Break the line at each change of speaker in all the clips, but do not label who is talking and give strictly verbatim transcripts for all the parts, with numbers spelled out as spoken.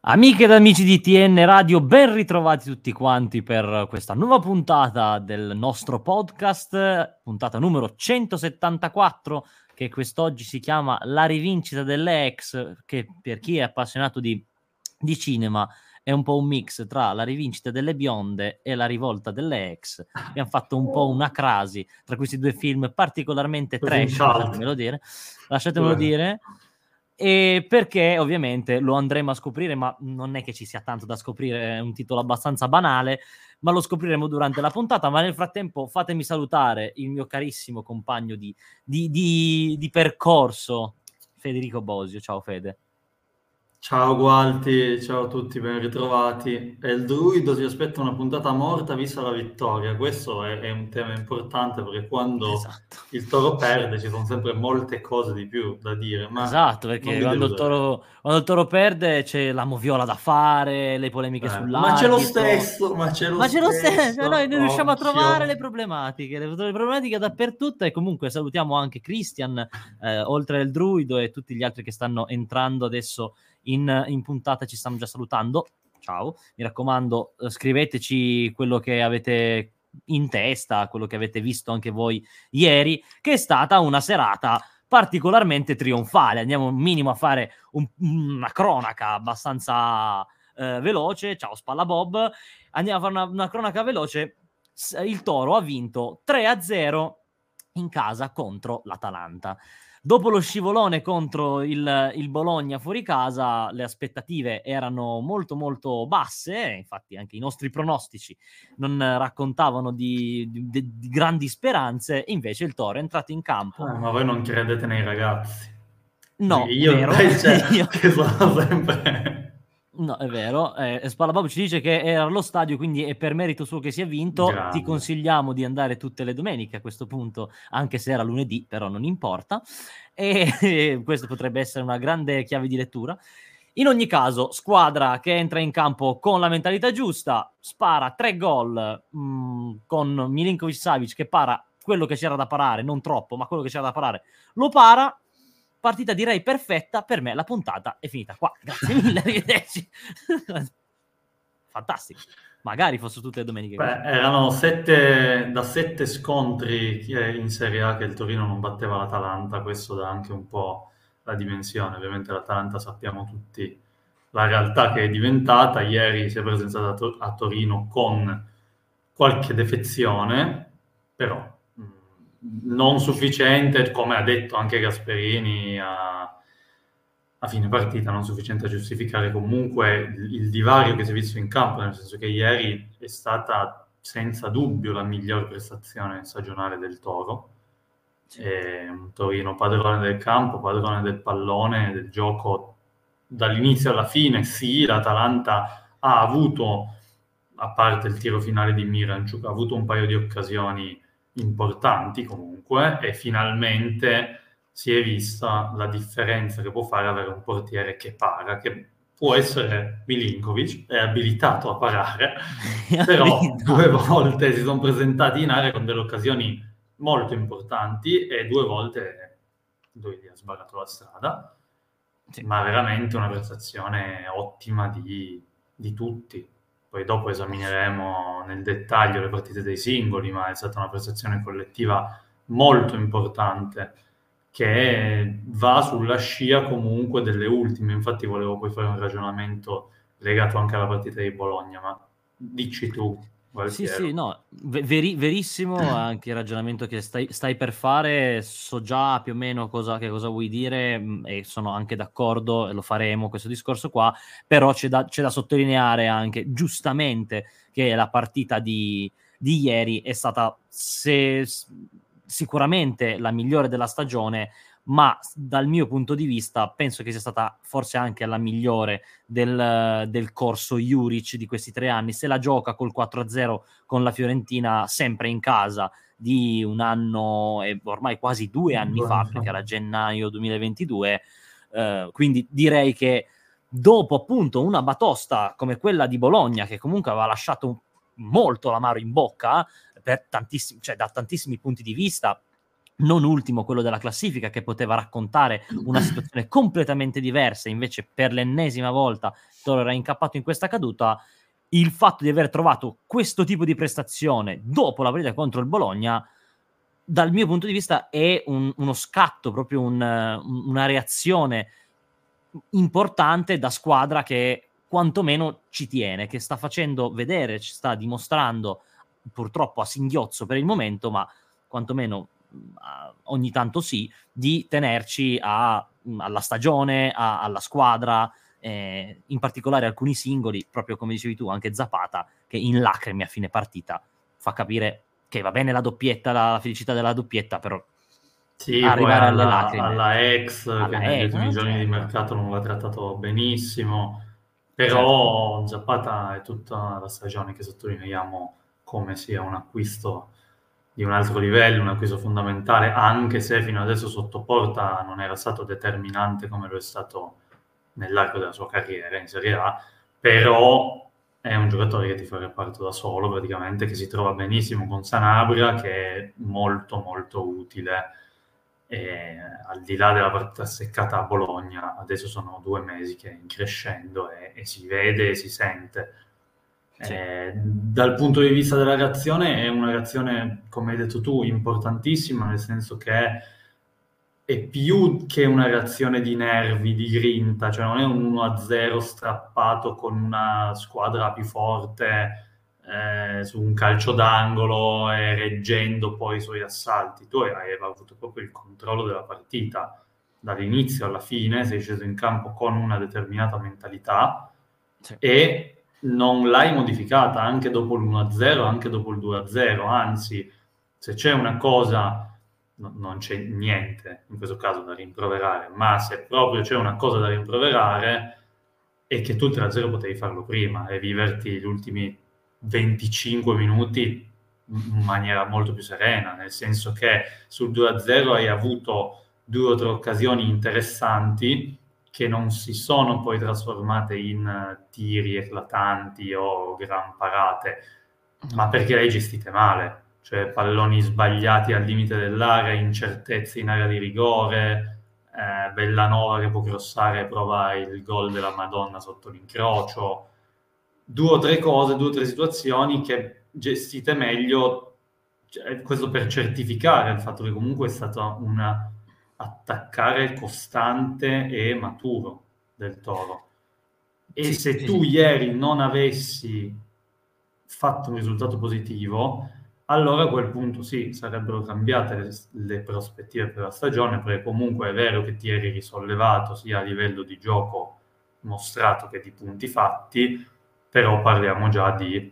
Amiche ed amici di T N Radio, ben ritrovati tutti quanti per questa nuova puntata del nostro podcast, puntata numero centosettantaquattro, che quest'oggi si chiama La rivincita delle ex, che per chi è appassionato di, di cinema è un po' un mix tra La rivincita delle bionde e La rivolta delle ex. Abbiamo fatto un po' una crasi tra questi due film particolarmente trash, lasciatemelo dire, lasciatemelo dire. E perché ovviamente lo andremo a scoprire, ma non è che ci sia tanto da scoprire, è un titolo abbastanza banale, ma lo scopriremo durante la puntata. Ma nel frattempo fatemi salutare il mio carissimo compagno di, di, di, di percorso, Federico Bosio. Ciao Fede.
Ciao Gualti, ciao a tutti, ben ritrovati. E il druido si aspetta una puntata morta vista la vittoria. Questo è, è un tema importante perché quando
Esatto.
il toro perde ci sono sempre molte cose di più da dire, ma
Esatto,
non
perché
vi
quando il,
deluderete.
toro, quando il toro perde c'è la moviola da fare, le polemiche
Eh, ma c'è lo
sull'arbitro.
stesso, ma c'è lo
Ma ce lo stesso, cioè noi
stesso,
noi riusciamo a trovare le
occhio.
problematiche, le, le problematiche dappertutto. E comunque salutiamo anche Christian, eh, oltre al druido e tutti gli altri che stanno entrando adesso in, in puntata, ci stanno già salutando. Ciao, mi raccomando, eh, scriveteci quello che avete in testa, quello che avete visto anche voi ieri, che è stata una serata particolarmente trionfale. Andiamo un minimo a fare un, una cronaca abbastanza eh, veloce. Ciao Spalla Bob. Andiamo a fare una, una cronaca veloce. Il Toro ha vinto tre a zero in casa contro l'Atalanta. Dopo lo scivolone contro il, il Bologna fuori casa, le aspettative erano molto molto basse, infatti anche i nostri pronostici non raccontavano di, di, di grandi speranze. Invece il Toro è entrato in campo.
Eh, ma voi non credete nei ragazzi.
No,
Io
vero.
invece,
Io...
che sono sempre...
No, è vero. Eh, Spalabob ci dice che era allo stadio, quindi è per merito suo che si è vinto. Ti
Grande.
consigliamo di andare tutte le domeniche a questo punto, anche se era lunedì, però non importa. E eh, questo potrebbe essere una grande chiave di lettura. In ogni caso, squadra che entra in campo con la mentalità giusta, spara tre gol mh, con Milinkovic-Savic che para quello che c'era da parare, non troppo, ma quello che c'era da parare lo para. Partita direi perfetta. Per me la puntata è finita qua. Grazie mille, arrivederci. Fantastico. Magari fossero tutte le domeniche così.
Beh, erano sette, da sette scontri in Serie A che il Torino non batteva l'Atalanta, questo dà anche un po' la dimensione. Ovviamente l'Atalanta sappiamo tutti la realtà che è diventata. Ieri si è presentata a, to- a Torino con qualche defezione, però mh, non sufficiente, come ha detto anche Gasperini a, a fine partita, non sufficiente a giustificare comunque il, il divario che si è visto in campo, nel senso che ieri è stata senza dubbio la miglior prestazione stagionale del Toro.
Sì.
È un Torino padrone del campo, padrone del pallone, del gioco dall'inizio alla fine. Sì, l'Atalanta ha avuto, a parte il tiro finale di Miranchuk, ha avuto un paio di occasioni importanti comunque, e finalmente si è vista la differenza che può fare avere un portiere che para, che può essere Milinkovic, è abilitato a parare, però due volte si sono presentati in area con delle occasioni molto importanti e due volte dove gli ha sbagliato la strada,
Sì.
ma veramente una prestazione ottima di, di tutti. Poi dopo esamineremo nel dettaglio le partite dei singoli, ma è stata una prestazione collettiva molto importante che va sulla scia comunque delle ultime. Infatti volevo poi fare un ragionamento legato anche alla partita di Bologna, ma dici tu,
Sì,
Gualtiero.
sì, no, veri- verissimo anche il ragionamento che stai, stai per fare. So già più o meno cosa, che cosa vuoi dire, mh, e sono anche d'accordo, e lo faremo questo discorso qua. Però c'è da, c'è da sottolineare anche giustamente che la partita di, di ieri è stata se, sicuramente la migliore della stagione, ma dal mio punto di vista penso che sia stata forse anche la migliore del, del corso Juric di questi tre anni. Se la gioca col quattro a zero con la Fiorentina sempre in casa di un anno e ormai quasi due anni fa, perché era gennaio duemilaventidue, eh, quindi direi che dopo appunto una batosta come quella di Bologna, che comunque aveva lasciato molto l'amaro in bocca per tantissimi, cioè da tantissimi punti di vista, non ultimo quello della classifica, che poteva raccontare una situazione completamente diversa, invece per l'ennesima volta Toro era incappato in questa caduta. Il fatto di aver trovato questo tipo di prestazione dopo la partita contro il Bologna, dal mio punto di vista è un, uno scatto, proprio un, una reazione importante da squadra che quantomeno ci tiene, che sta facendo vedere, ci sta dimostrando, purtroppo a singhiozzo per il momento, ma quantomeno ogni tanto sì, di tenerci a, alla stagione, a, alla squadra, eh, in particolare alcuni singoli, proprio come dicevi tu, anche Zapata, che in lacrime a fine partita fa capire che va bene la doppietta, la, la felicità della doppietta, però
sì,
arrivare
poi
alle
alla,
lacrime,
alla ex
alla
che negli
ex,
ultimi giorni
certo.
di mercato non l'ha trattato benissimo,
Certo.
però Zapata è tutta la stagione che sottolineiamo come sia un acquisto di un altro livello, un acquisto fondamentale, anche se fino adesso sotto porta non era stato determinante come lo è stato nell'arco della sua carriera in Serie A, però è un giocatore che ti fa reparto da solo praticamente, che si trova benissimo con Sanabria, che è molto molto utile. E al di là della partita seccata a Bologna, adesso sono due mesi che è in crescendo e, e si vede e si sente.
Sì.
Eh, dal punto di vista della reazione è una reazione, come hai detto tu, importantissima, nel senso che è più che una reazione di nervi, di grinta, cioè non è un uno a zero strappato con una squadra più forte eh, su un calcio d'angolo e reggendo poi i suoi assalti. Tu hai, hai avuto proprio il controllo della partita dall'inizio alla fine, sei sceso in campo con una determinata mentalità
Sì.
e non l'hai modificata anche dopo l'uno a zero, anche dopo il due a zero, anzi, se c'è una cosa, no, non c'è niente in questo caso da rimproverare, ma se proprio c'è una cosa da rimproverare è che tu il tre a zero potevi farlo prima e viverti gli ultimi venticinque minuti in maniera molto più serena, nel senso che sul due a zero hai avuto due o tre occasioni interessanti che non si sono poi trasformate in uh, tiri eclatanti o gran parate, ma perché le hai gestite male, cioè palloni sbagliati al limite dell'area, incertezze in area di rigore, eh, Bellanova che può crossare e prova il gol della Madonna sotto l'incrocio, due o tre cose, due o tre situazioni che gestite meglio, cioè, questo per certificare il fatto che comunque è stata una attaccare costante e maturo del Toro. E
Sì,
se
sì,
tu
sì.
ieri non avessi fatto un risultato positivo, allora a quel punto sì, sarebbero cambiate le, le prospettive per la stagione, perché comunque è vero che ti eri risollevato sia a livello di gioco mostrato che di punti fatti, però parliamo già di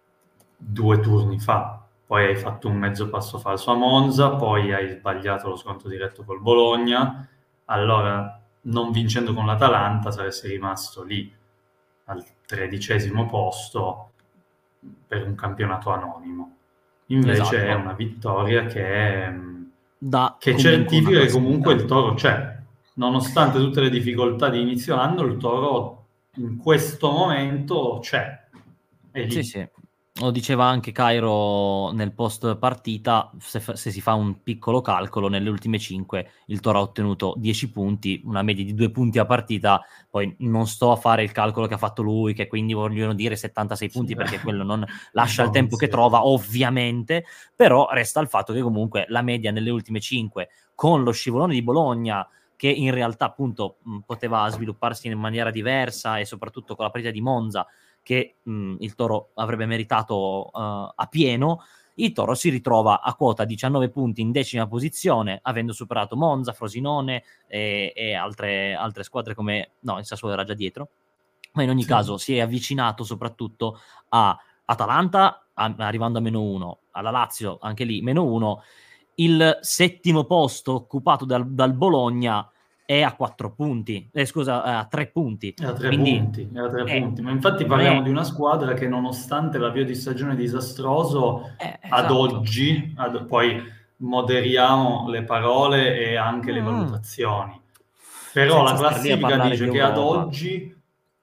due turni fa. Poi hai fatto un mezzo passo falso a Monza, poi hai sbagliato lo sconto diretto col Bologna, allora non vincendo con l'Atalanta saresti rimasto lì al tredicesimo posto per un campionato anonimo. Invece è
Esatto.
una vittoria che,
Da
che
comunque una
certifica che comunque
classifica.
il Toro c'è. Nonostante tutte le difficoltà di inizio anno, il Toro in questo momento c'è. È
Sì,
lì.
sì. Lo diceva anche Cairo nel post partita, se, fa- se si fa un piccolo calcolo, nelle ultime cinque il Toro ha ottenuto dieci punti, una media di due punti a partita, poi non sto a fare il calcolo che ha fatto lui, che quindi vogliono dire settantasei punti, perché quello non lascia il tempo che trova, ovviamente, però resta il fatto che comunque la media nelle ultime cinque, con lo scivolone di Bologna, che in realtà appunto mh, poteva svilupparsi in maniera diversa, e soprattutto con la partita di Monza, che mh, il Toro avrebbe meritato uh, a pieno, il Toro si ritrova a quota diciannove punti in decima posizione, avendo superato Monza, Frosinone e, e altre, altre squadre come... no, il Sassuolo era già dietro, ma in ogni
Sì.
caso si è avvicinato soprattutto a Atalanta, a, arrivando a meno uno, alla Lazio anche lì meno uno, il settimo posto occupato dal, dal Bologna è a quattro punti, eh, scusa, a tre punti.
È a tre
Quindi
punti, è a tre
è,
punti. Ma infatti
non
parliamo
è...
di una squadra che nonostante l'avvio di stagione disastroso,
Eh,
ad
esatto.
oggi, ad- poi moderiamo le parole e anche le
Mm.
valutazioni, però la
Senza star lì a
classifica
parlare di
dice che ad
Europa.
oggi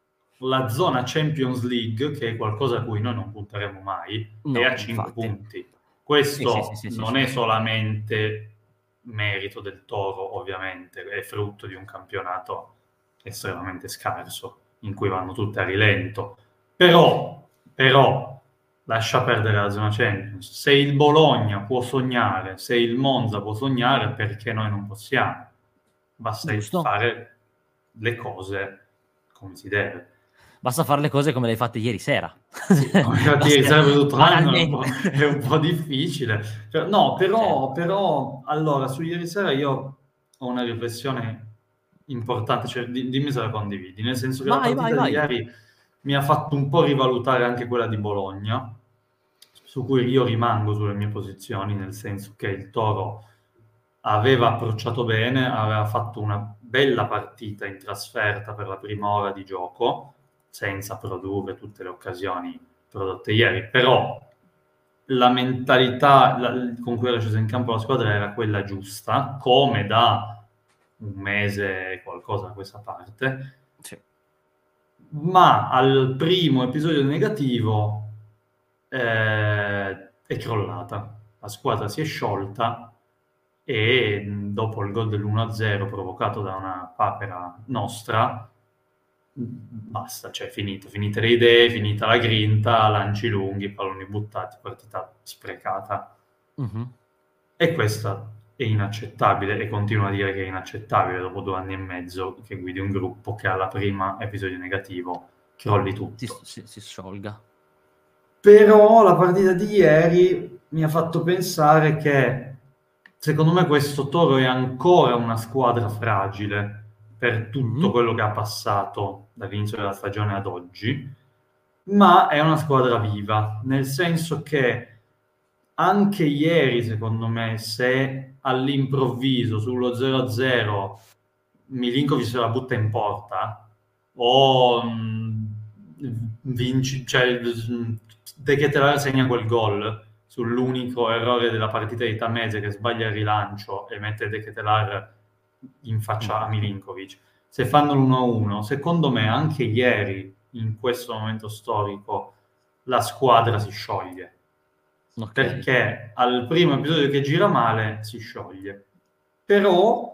la zona Champions League, che è qualcosa a cui noi non punteremo mai, è
No,
a cinque
infatti.
punti.
Sì, sì, sì,
Questo
sì, sì,
non
sì.
è solamente merito del Toro, ovviamente, è frutto di un campionato estremamente scarso, in cui vanno tutte a rilento. Però, però, lascia perdere la zona Champions. Se il Bologna può sognare, se il Monza può sognare, perché noi non possiamo? Basta
Giusto.
fare le cose come si deve.
Basta fare le cose come le hai fatte ieri sera.
Sì, come le ieri sera per tutto l'anno è un po', è un po' difficile. Cioè, no, però, però, allora, su ieri sera io ho una riflessione importante, cioè, di- dimmi se la condividi, nel senso che la
Vai, vai,
partita di
vai.
ieri mi ha fatto un po' rivalutare anche quella di Bologna, su cui io rimango sulle mie posizioni, nel senso che il Toro aveva approcciato bene, aveva fatto una bella partita in trasferta per la prima ora di gioco, senza produrre tutte le occasioni prodotte ieri, però la mentalità la- con cui era scesa in campo la squadra era quella giusta, come da un mese e qualcosa da questa parte,
Sì.
ma al primo episodio negativo eh, è crollata. La squadra si è sciolta e mh, dopo il gol dell'uno a zero provocato da una papera nostra, mh, basta, cioè finito, finite le idee, finita la grinta, lanci lunghi, palloni buttati, partita sprecata.
Mhm.
E questa è inaccettabile e continuo a dire che è inaccettabile dopo due anni e mezzo che guidi un gruppo che alla prima episodio negativo crolli
Si,
tutto.
si- si sciolga.
Però la partita di ieri mi ha fatto pensare che secondo me questo Toro è ancora una squadra fragile per tutto
Mhm.
quello che ha passato dall'inizio della stagione ad oggi, ma è una squadra viva, nel senso che anche ieri, secondo me, se all'improvviso sullo zero a zero Milinkovic se la butta in porta o mh, vinci, cioè mh, De Ketelaere segna quel gol sull'unico errore della partita di Tamese che sbaglia il rilancio e mette De Ketelaere in faccia a Milinkovic. Se fanno l'uno a uno, secondo me anche ieri, in questo momento storico, la squadra si scioglie.
Ok.
Perché al primo episodio che gira male si scioglie. Però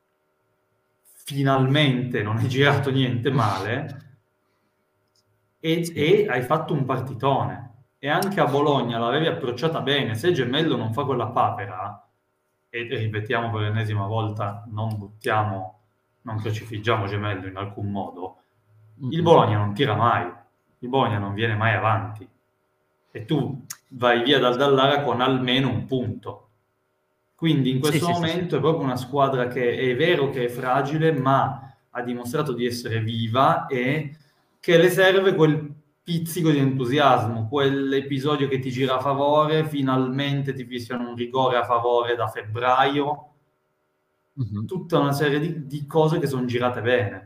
finalmente non hai girato niente male e,
Sì.
e hai fatto un partitone. E anche a Bologna l'avevi approcciata bene. Se Gemello non fa quella papera, e ripetiamo per l'ennesima volta, non buttiamo, non crocifiggiamo Gemello in alcun modo, il
Mm-mm.
Bologna non tira mai, il Bologna non viene mai avanti. E tu vai via dal Dallara con almeno un punto. Quindi in
Sì,
questo
sì, sì, sì.
momento è proprio una squadra che è vero che è fragile, ma ha dimostrato di essere viva e che le serve quel pizzico di entusiasmo, quell'episodio che ti gira a favore, finalmente ti fischiano un rigore a favore da febbraio,
Mhm.
tutta una serie di, di cose che sono girate bene.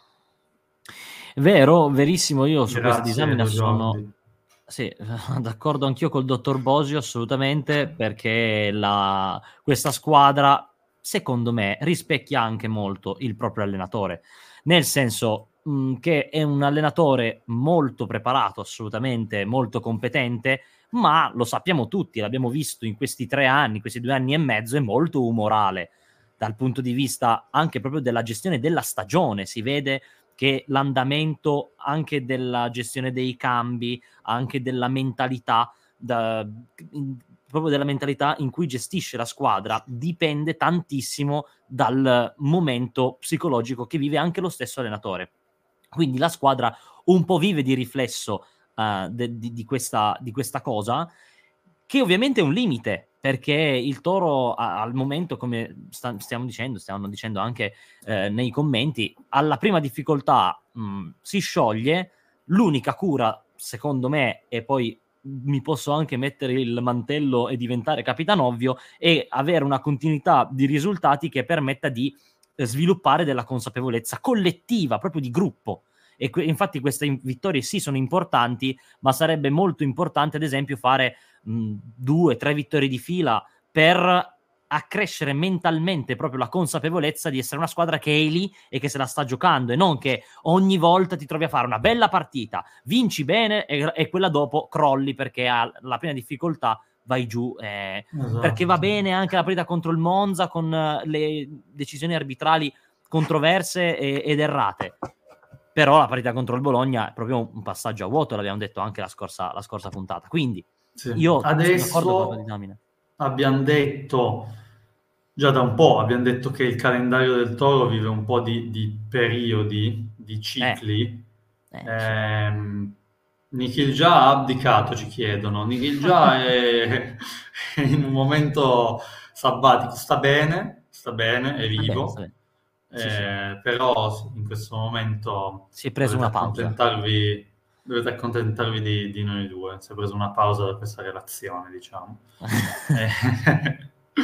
Vero, verissimo, io su questa
Grazie
disamina
Edo
sono
Giordi.
sì, d'accordo anch'io col dottor Bosio, assolutamente, perché la... questa squadra, secondo me, rispecchia anche molto il proprio allenatore, nel senso mh, che è un allenatore molto preparato, assolutamente, molto competente, ma lo sappiamo tutti, l'abbiamo visto in questi tre anni, questi due anni e mezzo, è molto umorale dal punto di vista anche proprio della gestione della stagione, si vede che l'andamento anche della gestione dei cambi, anche della mentalità, da, in, proprio della mentalità in cui gestisce la squadra, dipende tantissimo dal momento psicologico che vive anche lo stesso allenatore. Quindi la squadra un po' vive di riflesso uh, de, di, di, questa, di questa cosa, che ovviamente è un limite, perché il Toro a, al momento, come sta, stiamo dicendo, stiamo dicendo anche eh, nei commenti, alla prima difficoltà mh, si scioglie. L'unica cura, secondo me, e poi mi posso anche mettere il mantello e diventare capitanovvio, è avere una continuità di risultati che permetta di eh, sviluppare della consapevolezza collettiva, proprio di gruppo. E que- infatti queste vittorie sì sono importanti, ma sarebbe molto importante ad esempio fare mh, due, tre vittorie di fila per accrescere mentalmente proprio la consapevolezza di essere una squadra che è lì e che se la sta giocando, e non che ogni volta ti trovi a fare una bella partita, vinci bene e, e quella dopo crolli perché alla prima difficoltà vai giù, eh,
Esatto.
perché va bene anche la partita contro il Monza con eh, le decisioni arbitrali controverse e, ed errate, però la partita contro il Bologna è proprio un passaggio a vuoto, l'abbiamo detto anche la scorsa, la scorsa puntata, quindi
Sì.
io
Adesso
sono d'accordo con la disamina.
Abbiamo detto già da un po', abbiamo detto che il calendario del Toro vive un po' di, di periodi, di cicli.
Eh, eh,
ehm, Nikhil già ha abdicato, ci chiedono. Nikhil già è, è in un momento sabbatico, sta bene, sta bene, è
sta bene,
vivo,
sta bene. Sì,
eh,
sì.
però sì, in questo momento
Si è preso
dovete
una pausa.
accontentarvi, dovete accontentarvi di, di noi due. Si è preso una pausa da questa relazione, diciamo. eh,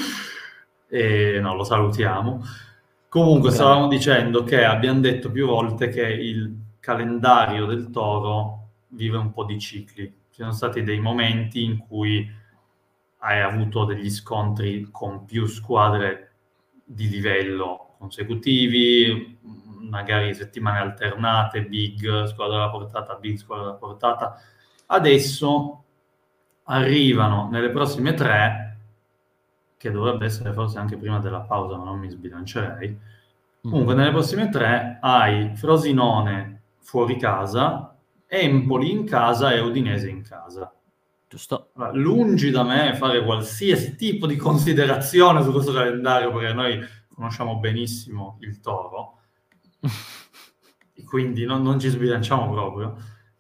e no, lo salutiamo. Comunque,
Grande.
stavamo dicendo che abbiamo detto più volte che il calendario del Toro vive un po' di cicli. Ci sono stati dei momenti in cui hai avuto degli scontri con più squadre di livello consecutivi, magari settimane alternate, big, squadra alla portata, big, squadra alla portata. Adesso arrivano nelle prossime tre, che dovrebbe essere forse anche prima della pausa, ma non mi sbilancerei. Comunque,
Mm-hmm.
nelle prossime tre hai Frosinone fuori casa, Empoli in casa e Udinese in casa.
Giusto.
Allora, lungi da me fare qualsiasi tipo di considerazione su questo calendario, perché noi conosciamo benissimo il Toro, e quindi non, non ci sbilanciamo proprio.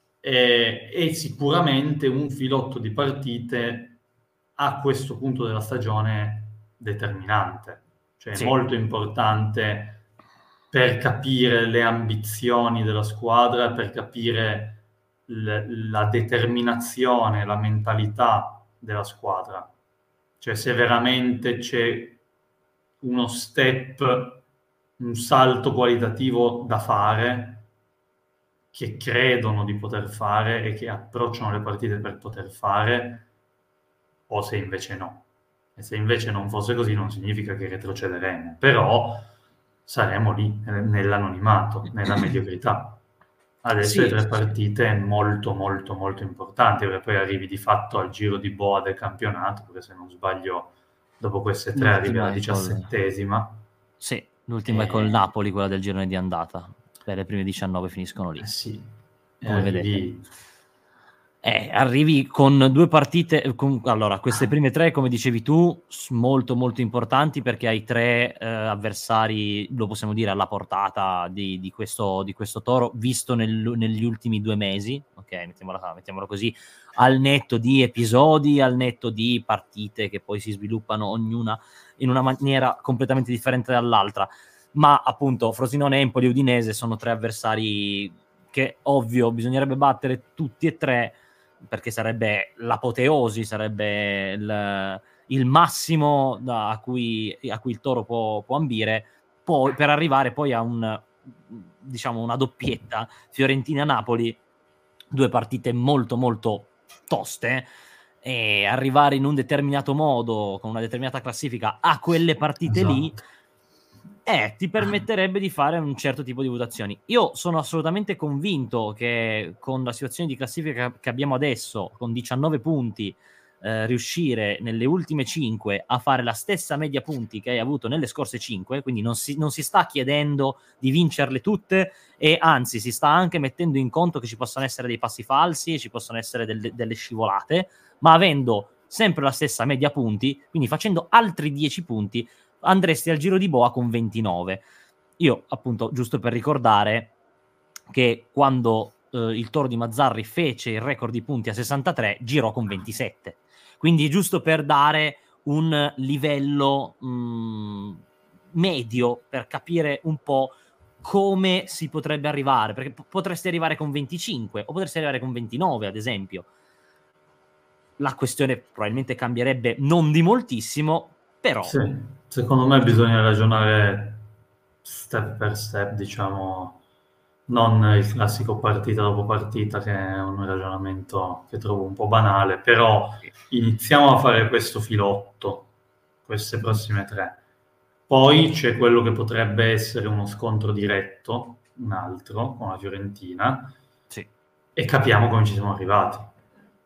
E, e sicuramente un filotto di partite a questo punto della stagione determinante, cioè
Sì.
molto importante per capire le ambizioni della squadra, per capire l- la determinazione, la mentalità della squadra. Cioè se veramente c'è uno step, un salto qualitativo da fare, che credono di poter fare e che approcciano le partite per poter fare, o se invece no. E se invece non fosse così non significa che retrocederemo, però saremo lì, eh, nell'anonimato, nella mediocrità. Adesso hai
Sì,
tre
sì, sì.
partite molto, molto, molto importanti, perché poi arrivi di fatto al giro di boa del campionato, perché se non sbaglio, dopo queste tre arrivi alla
L'ultima è col...
diciassettesima.
Sì, l'ultima è col
E...
Napoli, quella del girone di andata. Per le prime diciannove finiscono lì.
Eh sì, e
Come vedete.
arrivi...
Eh, arrivi con due partite, con, allora, queste prime tre, come dicevi tu, molto molto importanti perché hai tre eh, avversari, lo possiamo dire, alla portata di, di, questo, di questo Toro, visto nel, negli ultimi due mesi, ok, mettiamola, mettiamolo così, al netto di episodi, al netto di partite che poi si sviluppano ognuna in una maniera completamente differente dall'altra, ma appunto Frosinone, Empoli e Udinese sono tre avversari che, ovvio, bisognerebbe battere tutti e tre, perché sarebbe l'apoteosi, sarebbe il, il massimo da, a, cui, a cui il Toro può, può ambire, poi, per arrivare poi a un, diciamo, una doppietta Fiorentina-Napoli, due partite molto molto toste, e arrivare in un determinato modo, con una determinata classifica, a quelle partite
Esatto.
lì, eh, ti permetterebbe di fare un certo tipo di votazioni. Io sono assolutamente convinto che con la situazione di classifica che abbiamo adesso, con diciannove punti, eh, riuscire nelle ultime cinque a fare la stessa media punti che hai avuto nelle scorse cinque, quindi non si, non si sta chiedendo di vincerle tutte, e anzi si sta anche mettendo in conto che ci possono essere dei passi falsi e ci possono essere delle, delle scivolate, ma avendo sempre la stessa media punti, quindi facendo altri dieci punti, andresti al giro di boa con ventinove. Io, appunto, giusto per ricordare che quando eh, il Toro di Mazzarri fece il record di punti a sessantatré, girò con ventisette. Quindi giusto per dare un livello mh, medio, per capire un po' come si potrebbe arrivare, perché p- potresti arrivare con venticinque o potresti arrivare con ventinove, ad esempio. La questione probabilmente cambierebbe non di moltissimo, però...
Sì, secondo me bisogna ragionare step per step, diciamo, non il classico partita dopo partita, che è un ragionamento che trovo un po' banale, però iniziamo a fare questo filotto, queste prossime tre. Poi c'è quello che potrebbe essere uno scontro diretto, un altro, con la Fiorentina,
Sì.
e capiamo come ci siamo arrivati.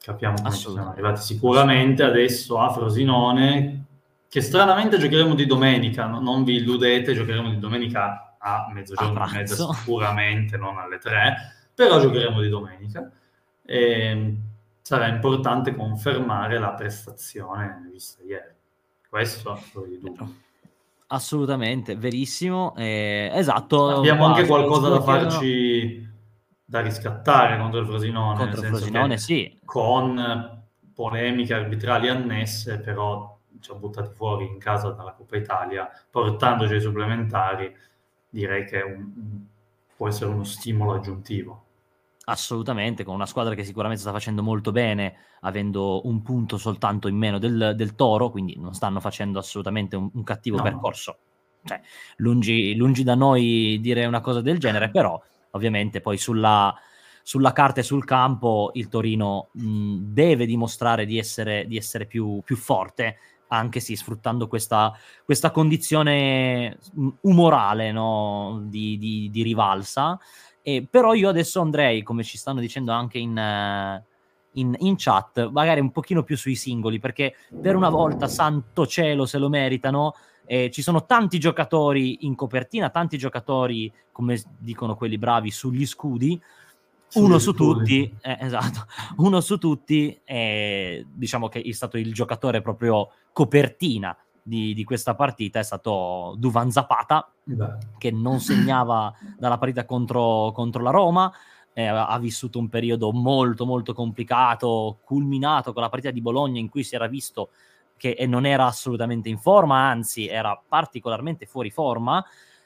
capiamo come ci siamo arrivati. Sicuramente adesso a Frosinone, che stranamente giocheremo di domenica, no? Non vi illudete, giocheremo di domenica a mezzogiorno e mezza sicuramente, non alle tre, però giocheremo di domenica. E sarà importante confermare la prestazione vista ieri. Questo fuori di dubbio.
Assolutamente, verissimo. Eh, esatto.
Abbiamo anche qualcosa da farci, da riscattare contro il Frosinone,
contro
nel
il
senso
Frosinone,
che
sì.
con polemiche arbitrali annesse, però ci ha buttati fuori in casa dalla Coppa Italia, portandoci ai supplementari, direi che un, può essere uno stimolo aggiuntivo.
Assolutamente, con una squadra che sicuramente sta facendo molto bene, avendo un punto soltanto in meno del, del Toro, quindi non stanno facendo assolutamente un, un cattivo no. percorso. Cioè, lungi, lungi da noi dire una cosa del genere, però ovviamente poi sulla, sulla carta e sul campo il Torino mh, deve dimostrare di essere, di essere più, più forte, anche sì, sfruttando questa, questa condizione umorale, no? di, di, di rivalsa. Eh, però io adesso andrei, come ci stanno dicendo anche in, uh, in, in chat, magari un pochino più sui singoli, perché per una volta, santo cielo, se lo meritano. Eh, ci sono tanti giocatori in copertina, tanti giocatori, come dicono quelli bravi, sugli scudi. Uno su tutti, eh, esatto, uno su tutti, è, diciamo che è stato il giocatore proprio copertina di, di questa partita, è stato Duvan Zapata, Beh. che non segnava dalla partita contro, contro la Roma, eh, ha vissuto un periodo molto molto complicato, culminato con la partita di Bologna in cui si era visto che non era assolutamente in forma, anzi era particolarmente fuori forma.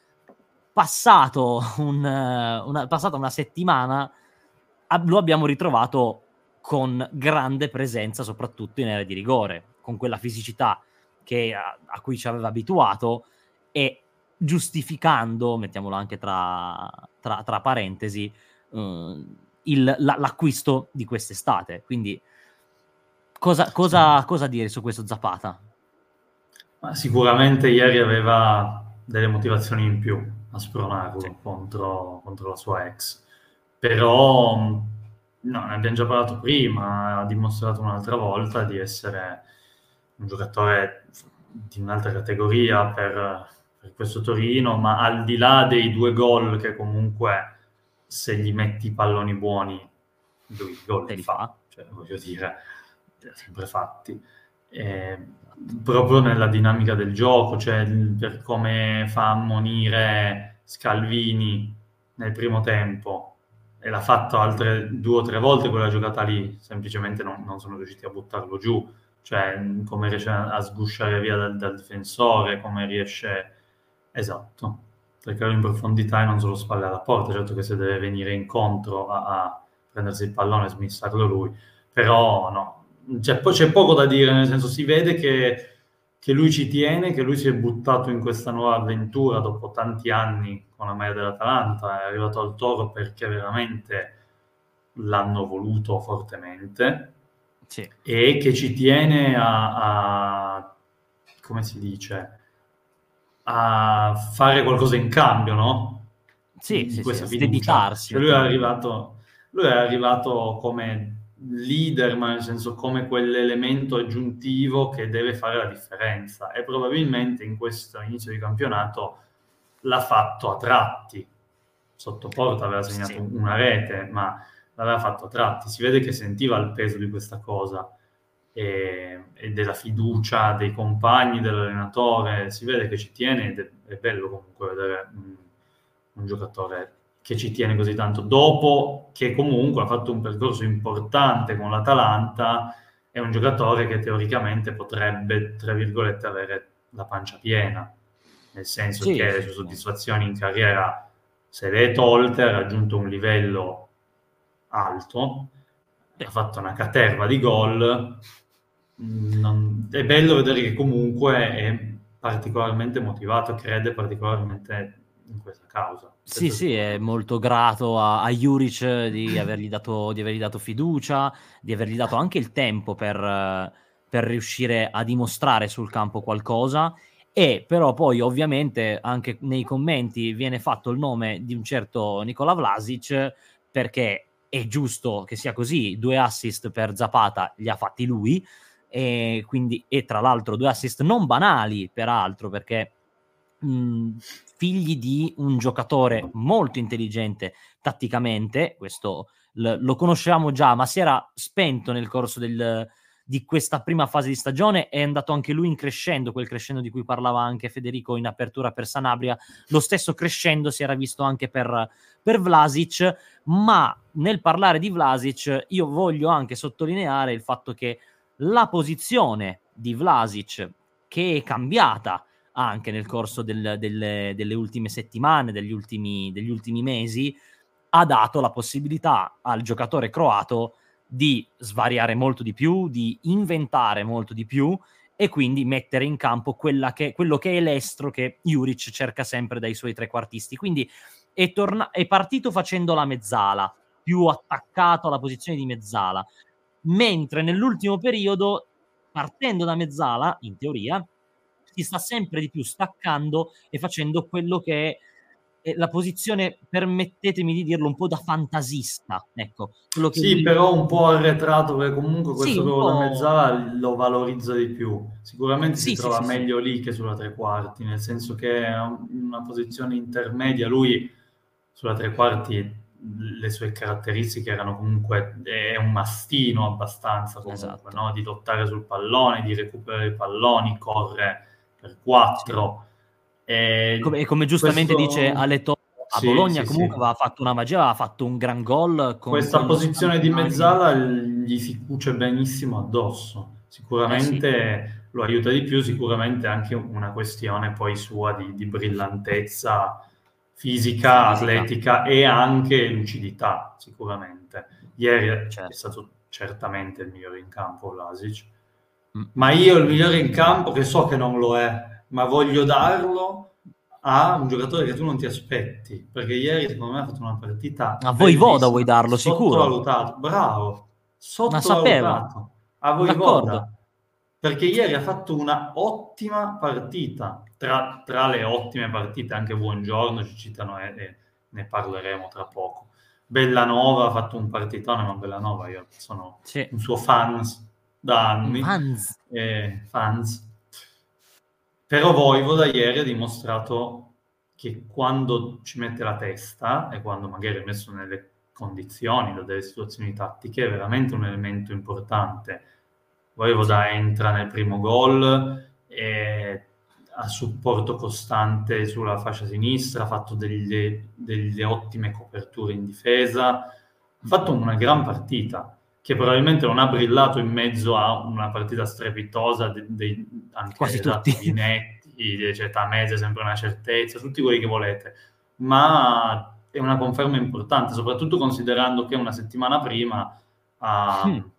Passato un, una, passata una settimana lo abbiamo ritrovato con grande presenza, soprattutto in area di rigore, con quella fisicità che, a, a cui ci aveva abituato, e giustificando, mettiamolo anche tra, tra, tra parentesi, uh, il, la, l'acquisto di quest'estate. Quindi cosa, cosa, cosa dire su questo Zapata?
Ma sicuramente ieri aveva delle motivazioni in più a spronarlo sì. contro, contro la sua ex. Però, no, ne abbiamo già parlato prima, ha dimostrato un'altra volta di essere un giocatore di un'altra categoria per, per questo Torino, ma al di là dei due gol che comunque, se gli metti i palloni buoni, lui i gol li fa, cioè, voglio dire, li ha sempre fatti. Eh, proprio nella dinamica del gioco, cioè per come fa ammonire Scalvini nel primo tempo, e l'ha fatto altre due o tre volte quella giocata lì, semplicemente non, non sono riusciti a buttarlo giù, cioè come riesce a sgusciare via dal, dal difensore, come riesce, esatto, perché in profondità e non solo spalle alla porta. Certo che se deve venire incontro a, a prendersi il pallone e smissarlo lui, però no, c'è, po- c'è poco da dire, nel senso si vede che che lui ci tiene, che lui si è buttato in questa nuova avventura dopo tanti anni con la maglia dell'Atalanta, è arrivato al Toro perché veramente l'hanno voluto fortemente,
sì.
e che ci tiene a, a, come si dice, a fare qualcosa in cambio, no?
Sì,
di
sì,
questa
sì,
fiducia. Cioè, lui è arrivato, lui è arrivato come leader, ma nel senso come quell'elemento aggiuntivo che deve fare la differenza, e probabilmente in questo inizio di campionato l'ha fatto a tratti. Sotto porta aveva segnato sì. una rete, ma l'aveva fatto a tratti. Si vede che sentiva il peso di questa cosa e, e della fiducia dei compagni, dell'allenatore. Si vede che ci tiene, ed è, è bello comunque vedere un, un giocatore che ci tiene così tanto, dopo che comunque ha fatto un percorso importante con l'Atalanta. È un giocatore che teoricamente potrebbe, tra virgolette, avere la pancia piena, nel senso sì, che sì, le sue soddisfazioni in carriera se le è tolte, ha raggiunto un livello alto, sì. ha fatto una caterva di gol. Non, è bello vedere che comunque è particolarmente motivato, crede particolarmente in questa causa.
Sì, sì, è molto grato a, a Juric di avergli dato, di avergli dato fiducia, di avergli dato anche il tempo per, per riuscire a dimostrare sul campo qualcosa. E però poi ovviamente anche nei commenti viene fatto il nome di un certo Nikola Vlasic, perché è giusto che sia così, due assist per Zapata li ha fatti lui, e quindi, e tra l'altro due assist non banali, peraltro, perché mh, figli di un giocatore molto intelligente tatticamente, questo l- lo conoscevamo già, ma si era spento nel corso del, di questa prima fase di stagione, è andato anche lui in crescendo, quel crescendo di cui parlava anche Federico in apertura per Sanabria, lo stesso crescendo si era visto anche per, per Vlasic, ma nel parlare di Vlasic io voglio anche sottolineare il fatto che la posizione di Vlasic, che è cambiata anche nel corso del, delle, delle ultime settimane, degli ultimi, degli ultimi mesi, ha dato la possibilità al giocatore croato di svariare molto di più, di inventare molto di più e quindi mettere in campo quella che, quello che è l'estro che Juric cerca sempre dai suoi trequartisti. Quindi è, torna- è partito facendo la mezzala, più attaccato alla posizione di mezzala, mentre nell'ultimo periodo, partendo da mezzala, in teoria, si sta sempre di più staccando e facendo quello che è è la posizione, permettetemi di dirlo, un po' da fantasista, ecco, quello che
Sì,
lui...
però un po' arretrato, perché comunque
Sì,
questo
un
ruolo da
po'...
mezzala lo valorizza di più. Sicuramente si
Sì, sì,
trova
sì, sì,
meglio lì che sulla tre quarti, nel senso che è un- una posizione intermedia. Lui sulla tre quarti le sue caratteristiche erano comunque, è un mastino abbastanza comunque,
esatto.
no? Di lottare sul pallone, di recuperare i palloni, corre per
Sì.
quattro.
E come,
E
e come giustamente dice
questo,
Ale Toro, a
sì,
Bologna
sì,
comunque
sì.
aveva fatto una magia, aveva fatto un gran gol con
Questa
quello
posizione di
scambio.
mezzala gli si cuce benissimo addosso,
Eh sì,
sicuramente lo aiuta di più, sicuramente anche una questione poi sua di, di brillantezza fisica,
fisica,
atletica e anche lucidità, sicuramente. Ieri è
certo.
stato certamente il migliore in campo Vlasic,
Mm, mm.
ma io il migliore in campo, che so che non lo è, ma voglio darlo a un giocatore che tu non ti aspetti, perché ieri secondo me ha fatto una partita
A Voivoda vuoi
bellissima,
darlo, sicuro?
sottovalutato, bravo,
Ma sapevo,
sottovalutato, a
d'accordo.
Voivoda, perché ieri ha fatto una ottima partita, tra, tra le ottime partite, anche Buongiorno ci citano e, e ne parleremo tra poco. Bellanova ha fatto un partitone, ma Bellanova io sono
Sì.
un suo fans da anni,
Manz.
eh, fans. Però Voivoda ieri ha dimostrato che quando ci mette la testa e quando magari è messo nelle condizioni da delle situazioni tattiche è veramente un elemento importante. Voivoda
Sì.
entra nel primo gol e ha supporto costante sulla fascia sinistra, ha fatto delle, delle ottime coperture in difesa, ha fatto una gran partita che probabilmente non ha brillato in mezzo a una partita strepitosa de, de, anche
Quasi tutti.
esatto, di Netti, cioè Tamese sempre una certezza, tutti quelli che volete, ma è una conferma importante, soprattutto considerando che una settimana prima a,
Mm.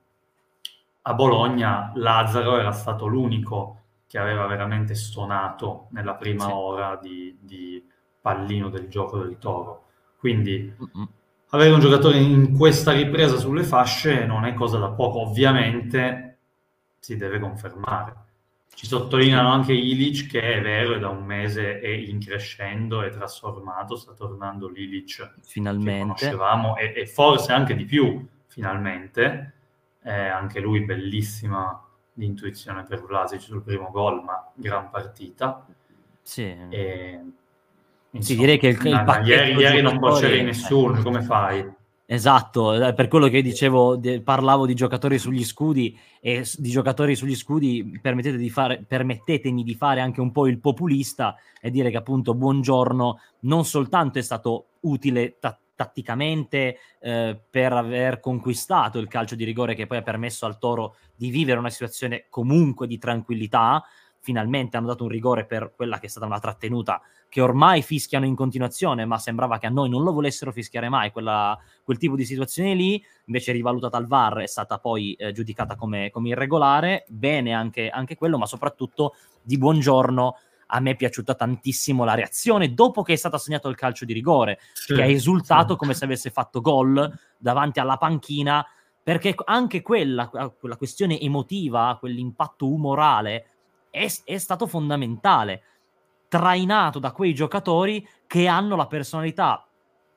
a Bologna Lazzaro era stato l'unico che aveva veramente stonato nella prima
Sì.
ora di, di pallino del gioco del Toro. Quindi
Mm-mm.
avere un giocatore in questa ripresa sulle fasce non è cosa da poco, ovviamente si deve confermare. Ci
Sì,
sottolineano anche Ilic che è vero, è da un mese è in crescendo, è trasformato, sta tornando l'Ilic che
finalmente.
conoscevamo e, e forse anche di più, finalmente. Eh, anche lui bellissima l'intuizione per Vlasic sul primo gol, ma gran partita.
Sì.
E,
Sì, direi
insomma,
che il, il
na- na- ieri,
pacchetto
ieri non può
giocatori
c'eri
è...
nessuno, come fai?
Esatto, eh, per quello che dicevo, de- parlavo di giocatori sugli scudi e s- di giocatori sugli scudi, permettete di fare, permettetemi di fare anche un po' il populista e dire che appunto Buongiorno non soltanto è stato utile ta- tatticamente eh, per aver conquistato il calcio di rigore che poi ha permesso al Toro di vivere una situazione comunque di tranquillità, finalmente hanno dato un rigore per quella che è stata una trattenuta che ormai fischiano in continuazione, ma sembrava che a noi non lo volessero fischiare mai, quella, quel tipo di situazione lì, invece rivalutata al V A R è stata poi eh, giudicata come, come irregolare, bene anche, anche quello, ma soprattutto di Buongiorno a me è piaciuta tantissimo la reazione dopo che è stato assegnato il calcio di rigore,
Sì,
che ha
sì.
esultato come se avesse fatto gol davanti alla panchina, perché anche quella, quella questione emotiva, quell'impatto umorale è, è stato fondamentale, trainato da quei giocatori che hanno la personalità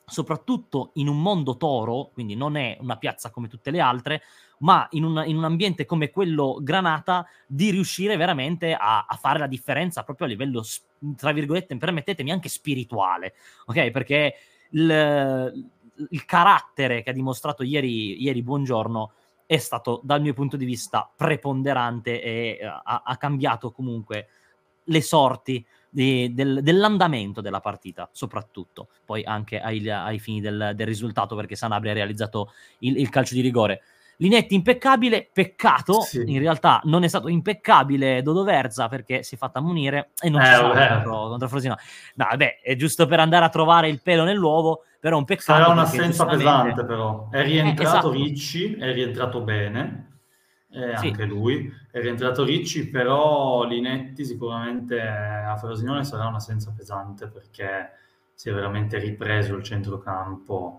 soprattutto in un mondo toro, quindi non è una piazza come tutte le altre, ma in un, in un ambiente come quello Granata, di riuscire veramente a, a fare la differenza proprio a livello, tra virgolette, permettetemi, anche spirituale, ok? Perché il, il carattere che ha dimostrato ieri, ieri Buongiorno è stato, dal mio punto di vista, preponderante e uh, ha, ha cambiato comunque le sorti di, del, dell'andamento della partita, soprattutto poi anche ai, ai fini del, del risultato, perché Sanabria ha realizzato il, il calcio di rigore. Linetti impeccabile, peccato, sì. In realtà non è stato impeccabile Dodo Verza, perché si è fatta ammonire e non eh, ci sarà contro, contro Frosinone. No, vabbè, è giusto per andare a trovare il pelo nell'uovo, però un peccato.
Sarà un'assenza pesante, però. È rientrato
eh, esatto.
Ricci, è rientrato bene, eh,
sì.
anche lui, è rientrato Ricci, però Linetti sicuramente a Frosinone sarà un'assenza pesante, perché si è veramente ripreso il centrocampo.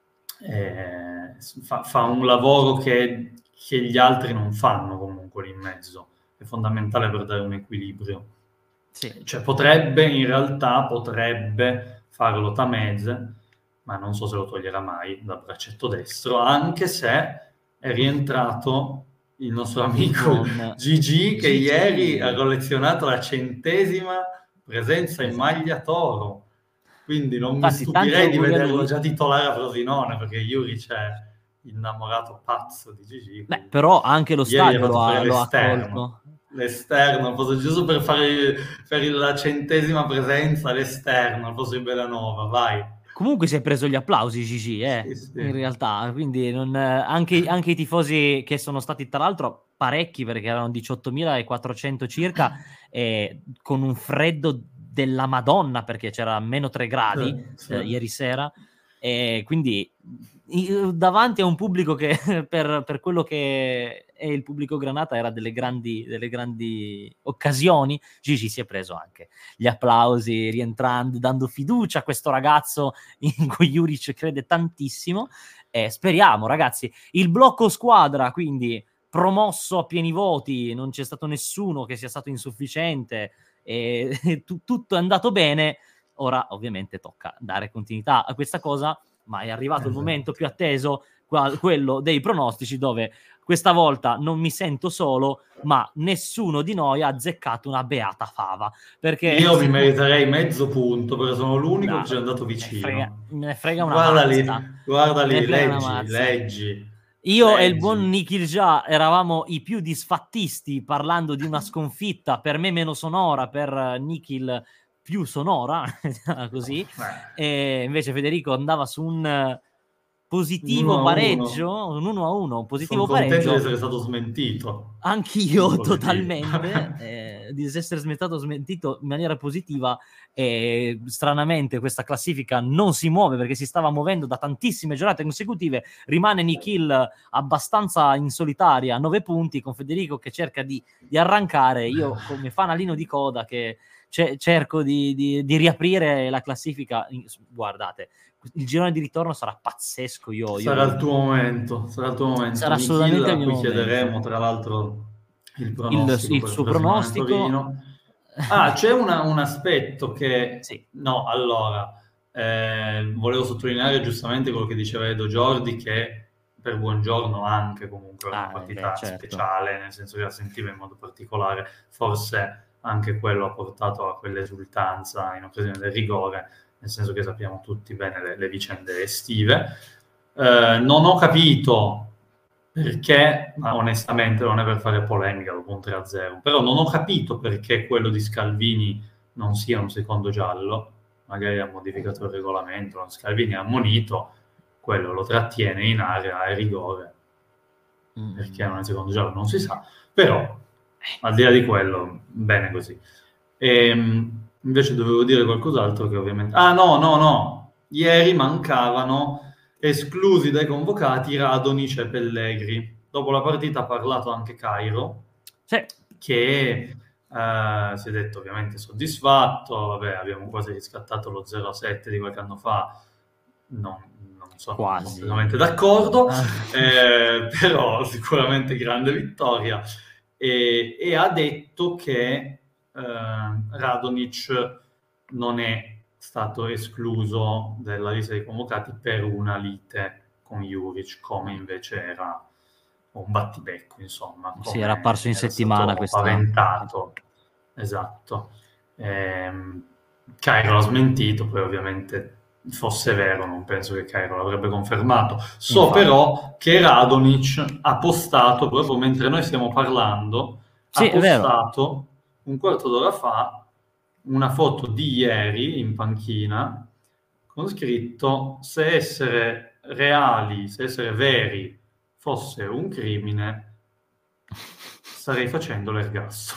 Eh, fa, fa un lavoro che, che gli altri non fanno comunque lì in mezzo, è fondamentale per dare un equilibrio.
Sì.
Cioè potrebbe, in realtà potrebbe farlo Tameze, ma non so se lo toglierà mai dal braccetto destro, anche se è rientrato il nostro amico
Con...
Gigi, che
Gigi.
ieri ha collezionato la centesima presenza in maglia toro. Quindi non
Infatti,
mi stupirei di vederlo già titolare a Frosinone, perché Juric è innamorato pazzo di Gigi.
Beh, però anche lo stadio lo ha, lo ha
accolto. L'esterno, fosse giusto per fare per la centesima presenza, l'esterno, al posto di Bellanova, vai.
Comunque si è preso gli applausi Gigi, eh, sì, sì. In realtà, quindi non, anche, anche i tifosi, che sono stati tra l'altro parecchi, perché erano diciottomilaquattrocento circa, eh, con un freddo della Madonna, perché c'era meno tre gradi sì, sì. Eh, ieri sera, e quindi davanti a un pubblico che per, per quello che è il pubblico Granata era delle grandi, delle grandi occasioni, Gigi si è preso anche gli applausi, rientrando, dando fiducia a questo ragazzo in cui Juric crede tantissimo, e speriamo, ragazzi, il blocco squadra quindi promosso a pieni voti, non c'è stato nessuno che sia stato insufficiente, e t- tutto è andato bene. Ora ovviamente tocca dare continuità a questa cosa, ma è arrivato esatto. il momento più atteso, qual- quello dei pronostici, dove questa volta non mi sento solo, ma nessuno di noi ha azzeccato una beata fava, perché
io mi meriterei mezzo punto, perché sono l'unico no, che ci è andato vicino.
Me frega, me ne frega una
guarda
mazza.
lì, guarda lì, leggi, leggi.
Io
leggi.
e il buon Nikhil Jah eravamo i più disfattisti, parlando di una sconfitta per me meno sonora, per Nikhil più sonora, così. E invece Federico andava su un positivo
uno
pareggio, un uno a uno, un positivo
Sono
pareggio.
Sono contento di essere stato smentito.
Anch'io totalmente, eh, di essere stato smentito in maniera positiva, e stranamente questa classifica non si muove, perché si stava muovendo da tantissime giornate consecutive. Rimane Nikhil abbastanza in solitaria a nove punti, con Federico che cerca di, di arrancare, io come fanalino di coda che c- cerco di, di, di riaprire la classifica. Guardate, il girone di ritorno sarà pazzesco. Io,
sarà
io...
il tuo momento, sarà il tuo momento.
Sarà assolutamente il mio
qui
momento.
Chiederemo tra l'altro il pronostico,
il, il suo pronostico.
Ah, c'è una, un aspetto che
sì.
no, allora eh, volevo sottolineare giustamente quello che diceva Edo Giordi, che per Buongiorno anche comunque è una ah, partita beh, certo. speciale, nel senso che la sentiva in modo particolare, forse anche quello ha portato a quell'esultanza in occasione del rigore, nel senso che sappiamo tutti bene le, le vicende estive. Eh, non ho capito perché, ma onestamente non è per fare polemica dopo un tre a zero, però non ho capito perché quello di Scalvini non sia un secondo giallo. Magari ha modificato il regolamento, Scalvini ha ammonito, quello lo trattiene in area e rigore, mm. perché non è il secondo giallo non si sa, però al di là di quello bene così. E, invece dovevo dire qualcos'altro che ovviamente... Ah no, no, no, ieri mancavano, esclusi dai convocati, Radonic e Pellegri. Dopo la partita ha parlato anche Cairo,
sì.
che uh, si è detto ovviamente soddisfatto, vabbè, abbiamo quasi riscattato lo zero a sette di qualche anno fa, non, non sono
quasi.
completamente d'accordo, eh, però sicuramente grande vittoria, e, e ha detto che uh, Radonic non è stato escluso dalla lista dei convocati per una lite con Juric, come invece era un battibecco, insomma.
Sì, era apparso in
era
settimana questa...
paventato. Esatto. Ehm, Cairo l'ha smentito, poi ovviamente fosse vero, non penso che Cairo l'avrebbe confermato. So
Infatti.
però che Radonic ha postato, proprio mentre noi stiamo parlando,
sì,
ha postato un quarto d'ora fa una foto di ieri in panchina con scritto: se essere reali, se essere veri fosse un crimine, starei facendo l'ergastolo.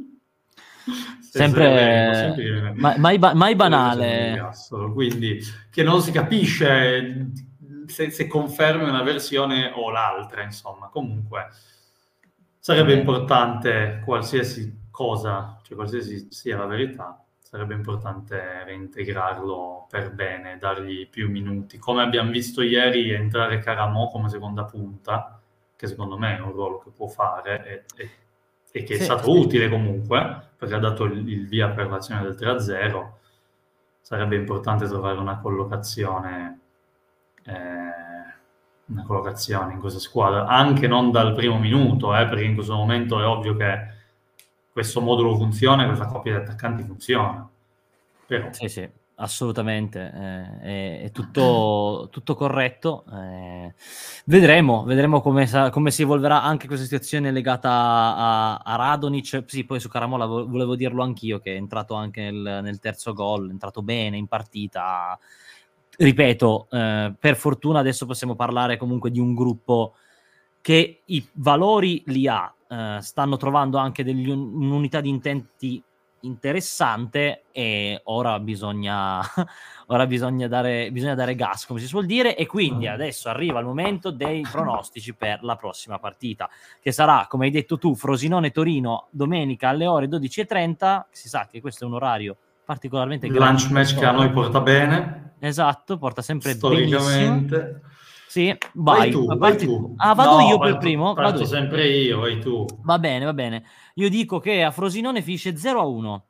Sempre mai, mai, mai banale.
Quindi che non si capisce se, se confermi una versione o l'altra, insomma. Comunque sarebbe importante, qualsiasi cosa, cioè qualsiasi sia la verità, sarebbe importante reintegrarlo per bene, dargli più minuti. Come abbiamo visto ieri, entrare Caramò come seconda punta, che secondo me è un ruolo che può fare e, e, e che sì, è stato sì. utile comunque, perché ha dato il, il via per l'azione del tre a zero. Sarebbe importante trovare una collocazione, eh, una collocazione in questa squadra, anche non dal primo minuto, eh, perché in questo momento è ovvio che questo modulo funziona, questa coppia di attaccanti funziona. Però...
Sì, sì, assolutamente, eh, è, è tutto, tutto corretto. Eh, vedremo, vedremo come, sa, come si evolverà anche questa situazione legata a, a Radonic. Sì, poi su Caramola vo- volevo dirlo anch'io, che è entrato anche nel, nel terzo gol, è entrato bene in partita. Ripeto, eh, per fortuna adesso possiamo parlare comunque di un gruppo che i valori li ha, eh, stanno trovando anche degli, un'unità di intenti interessante e ora bisogna ora bisogna dare bisogna dare gas, come si suol dire, e quindi adesso arriva il momento dei pronostici per la prossima partita, che sarà, come hai detto tu, Frosinone-Torino domenica alle ore dodici e trenta. Si sa che questo è un orario particolarmente
il lunch match che a noi porta bene,
esatto, porta sempre
storicamente
benissimo. Sì,
vai,
vai,
tu, vai
parti
tu.
tu. Ah, vado
no,
io
parto,
per primo?
Parto
vado
sempre io, vai tu.
Va bene, va bene. Io dico che a Frosinone finisce zero a uno.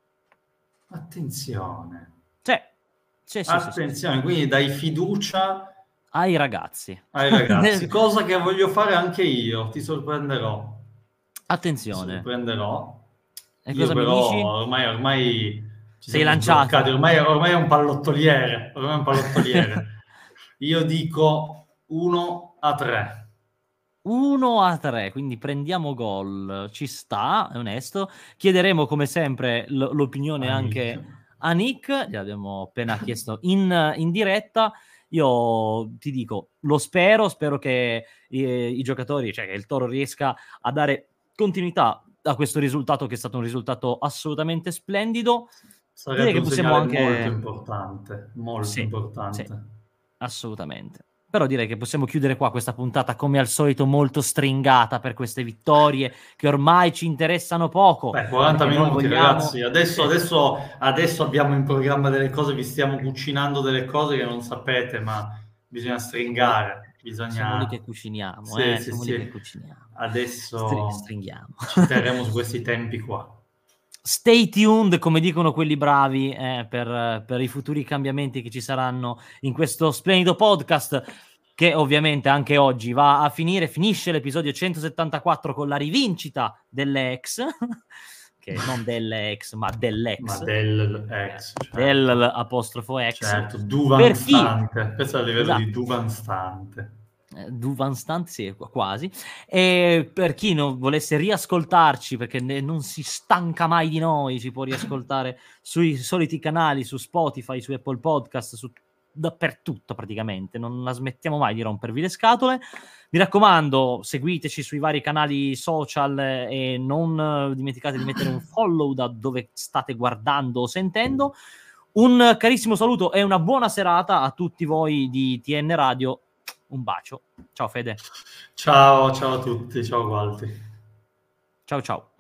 Attenzione.
Cioè, sì, sì,
Attenzione,
sì, sì.
Quindi dai fiducia
ai ragazzi.
Ai ragazzi, cosa che voglio fare anche io, ti sorprenderò.
Attenzione.
Ti sorprenderò.
E
io
cosa
però
mi dici?
ormai ormai ci
sei
siamo
lanciato.
sbloccati, ormai, ormai è un pallottoliere, ormai è un pallottoliere. Io dico uno a tre.
uno a tre, quindi prendiamo gol, ci sta, è onesto. Chiederemo come sempre l- l'opinione
a
anche
Nick.
a Nick, gli abbiamo appena chiesto in, in diretta. Io ti dico, lo spero, spero che i, i giocatori, cioè che il Toro riesca a dare continuità a questo risultato, che è stato un risultato assolutamente splendido.
Sarebbe
Direi che
un
possiamo
segnale
anche...
molto importante, molto
sì,
importante.
Sì, assolutamente. Però direi che possiamo chiudere qua questa puntata, come al solito molto stringata per queste vittorie che ormai ci interessano poco.
Beh, quaranta minuti,
vogliamo...
ragazzi. Adesso, adesso, adesso abbiamo in programma delle cose, vi stiamo cucinando delle cose che non sapete, ma bisogna stringare. Bisogna...
Siamo lì che cuciniamo,
sì,
eh?
sì,
Siamo
sì.
lì che cuciniamo.
Adesso
Str- stringhiamo.
Ci terremo su questi tempi qua.
Stay tuned, come dicono quelli bravi, eh, per, per i futuri cambiamenti che ci saranno in questo splendido podcast, che ovviamente anche oggi va a finire. Finisce l'episodio centosettantaquattro con la rivincita delle ex, che non delle ex, ma dell'ex.
Ma dell'ex, certo.
Dell'apostrofo ex.
Certo, Duvan Stante. Questo è a livello esatto. di Duvan Stante.
Duvan Stante, sì, quasi. E per chi non volesse riascoltarci, perché ne, non si stanca mai di noi, ci può riascoltare sui soliti canali, su Spotify, su Apple Podcast, su dappertutto praticamente, non la smettiamo mai di rompervi le scatole. Mi raccomando, seguiteci sui vari canali social e non dimenticate di mettere un follow da dove state guardando o sentendo. Un carissimo saluto e una buona serata a tutti voi di T N Radio. Un bacio. Ciao Fede.
Ciao, ciao a tutti, ciao Gualti.
Ciao ciao.